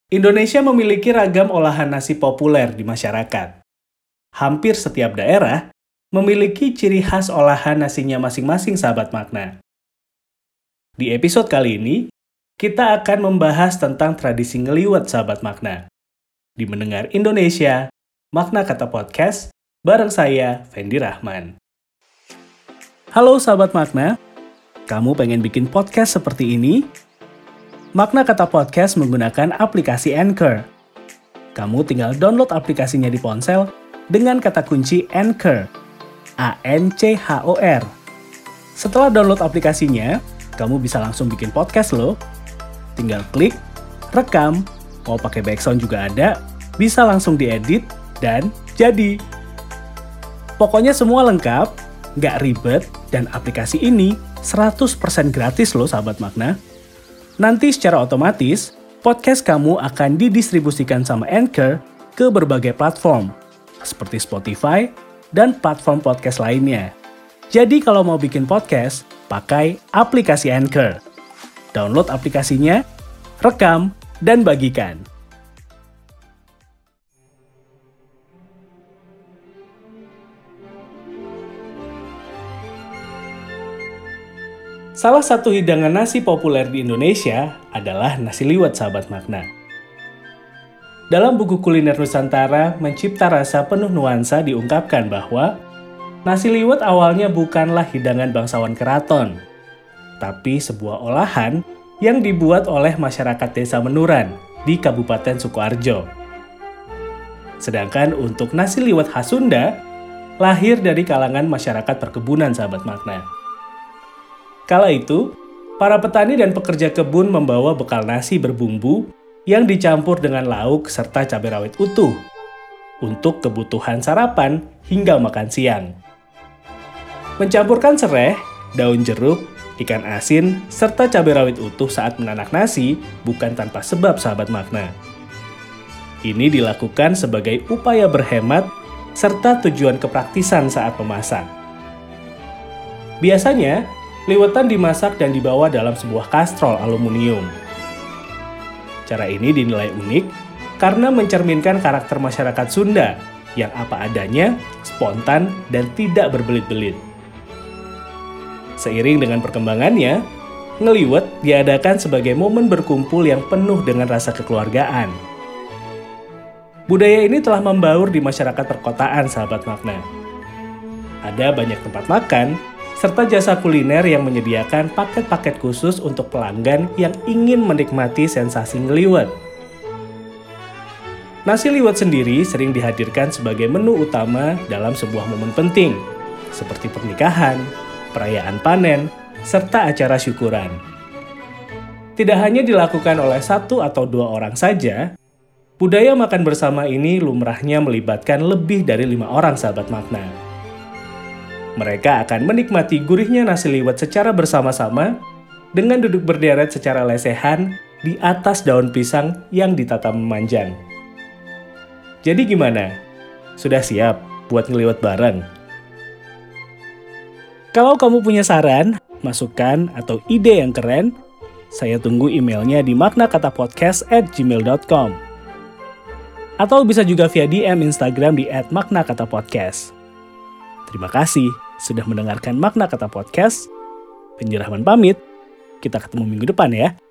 Indonesia memiliki ragam olahan nasi populer di masyarakat. Hampir setiap daerah memiliki ciri khas olahan nasinya masing-masing, sahabat makna. Di episode kali ini, kita akan membahas tentang tradisi ngeliwet, sahabat makna. Di Mendengar Indonesia, Makna Kata Podcast, bareng saya, Fendi Rahman. Halo sahabat makna, kamu pengen bikin podcast seperti ini? Makna Kata Podcast menggunakan aplikasi Anchor. Kamu tinggal download aplikasinya di ponsel dengan kata kunci Anchor, A-N-C-H-O-R. Setelah download aplikasinya, kamu bisa langsung bikin podcast loh. Tinggal klik, rekam, mau pakai background juga ada, bisa langsung diedit, dan jadi. Pokoknya semua lengkap, nggak ribet, dan aplikasi ini 100% gratis loh sahabat makna. Nanti secara otomatis, podcast kamu akan didistribusikan sama Anchor ke berbagai platform, seperti Spotify dan platform podcast lainnya. Jadi kalau mau bikin podcast, pakai aplikasi Anchor. Download aplikasinya, rekam, dan bagikan. Salah satu hidangan nasi populer di Indonesia adalah nasi liwet, sahabat makna. Dalam buku kuliner Nusantara, Mencipta Rasa Penuh Nuansa diungkapkan bahwa nasi liwet awalnya bukanlah hidangan bangsawan keraton, tapi sebuah olahan yang dibuat oleh masyarakat Desa Menuran di Kabupaten Sukoharjo. Sedangkan untuk nasi liwet khas Sunda, lahir dari kalangan masyarakat perkebunan, sahabat makna. Kala itu, para petani dan pekerja kebun membawa bekal nasi berbumbu yang dicampur dengan lauk serta cabai rawit utuh untuk kebutuhan sarapan hingga makan siang. Mencampurkan sereh, daun jeruk, ikan asin, serta cabai rawit utuh saat menanak nasi bukan tanpa sebab, sahabat makna. Ini dilakukan sebagai upaya berhemat serta tujuan kepraktisan saat memasak. Biasanya, liwetan dimasak dan dibawa dalam sebuah kastrol aluminium. Cara ini dinilai unik karena mencerminkan karakter masyarakat Sunda yang apa adanya, spontan, dan tidak berbelit-belit. Seiring dengan perkembangannya, ngeliwet diadakan sebagai momen berkumpul yang penuh dengan rasa kekeluargaan. Budaya ini telah membaur di masyarakat perkotaan, sahabat makna. Ada banyak tempat makan, serta jasa kuliner yang menyediakan paket-paket khusus untuk pelanggan yang ingin menikmati sensasi ngeliwet. Nasi liwet sendiri sering dihadirkan sebagai menu utama dalam sebuah momen penting, seperti pernikahan, perayaan panen, serta acara syukuran. Tidak hanya dilakukan oleh 1 atau 2 orang saja, budaya makan bersama ini lumrahnya melibatkan lebih dari 5 orang, sahabat makna. Mereka akan menikmati gurihnya nasi liwet secara bersama-sama dengan duduk berderet secara lesehan di atas daun pisang yang ditata memanjang. Jadi gimana? Sudah siap buat ngeliwet bareng? Kalau kamu punya saran, masukan, atau ide yang keren, saya tunggu emailnya di maknakatapodcast@gmail.com. Atau bisa juga via DM Instagram di @maknakatapodcast. Terima kasih sudah mendengarkan Makna Kata Podcast. Fendi Rahman pamit. Kita ketemu minggu depan ya.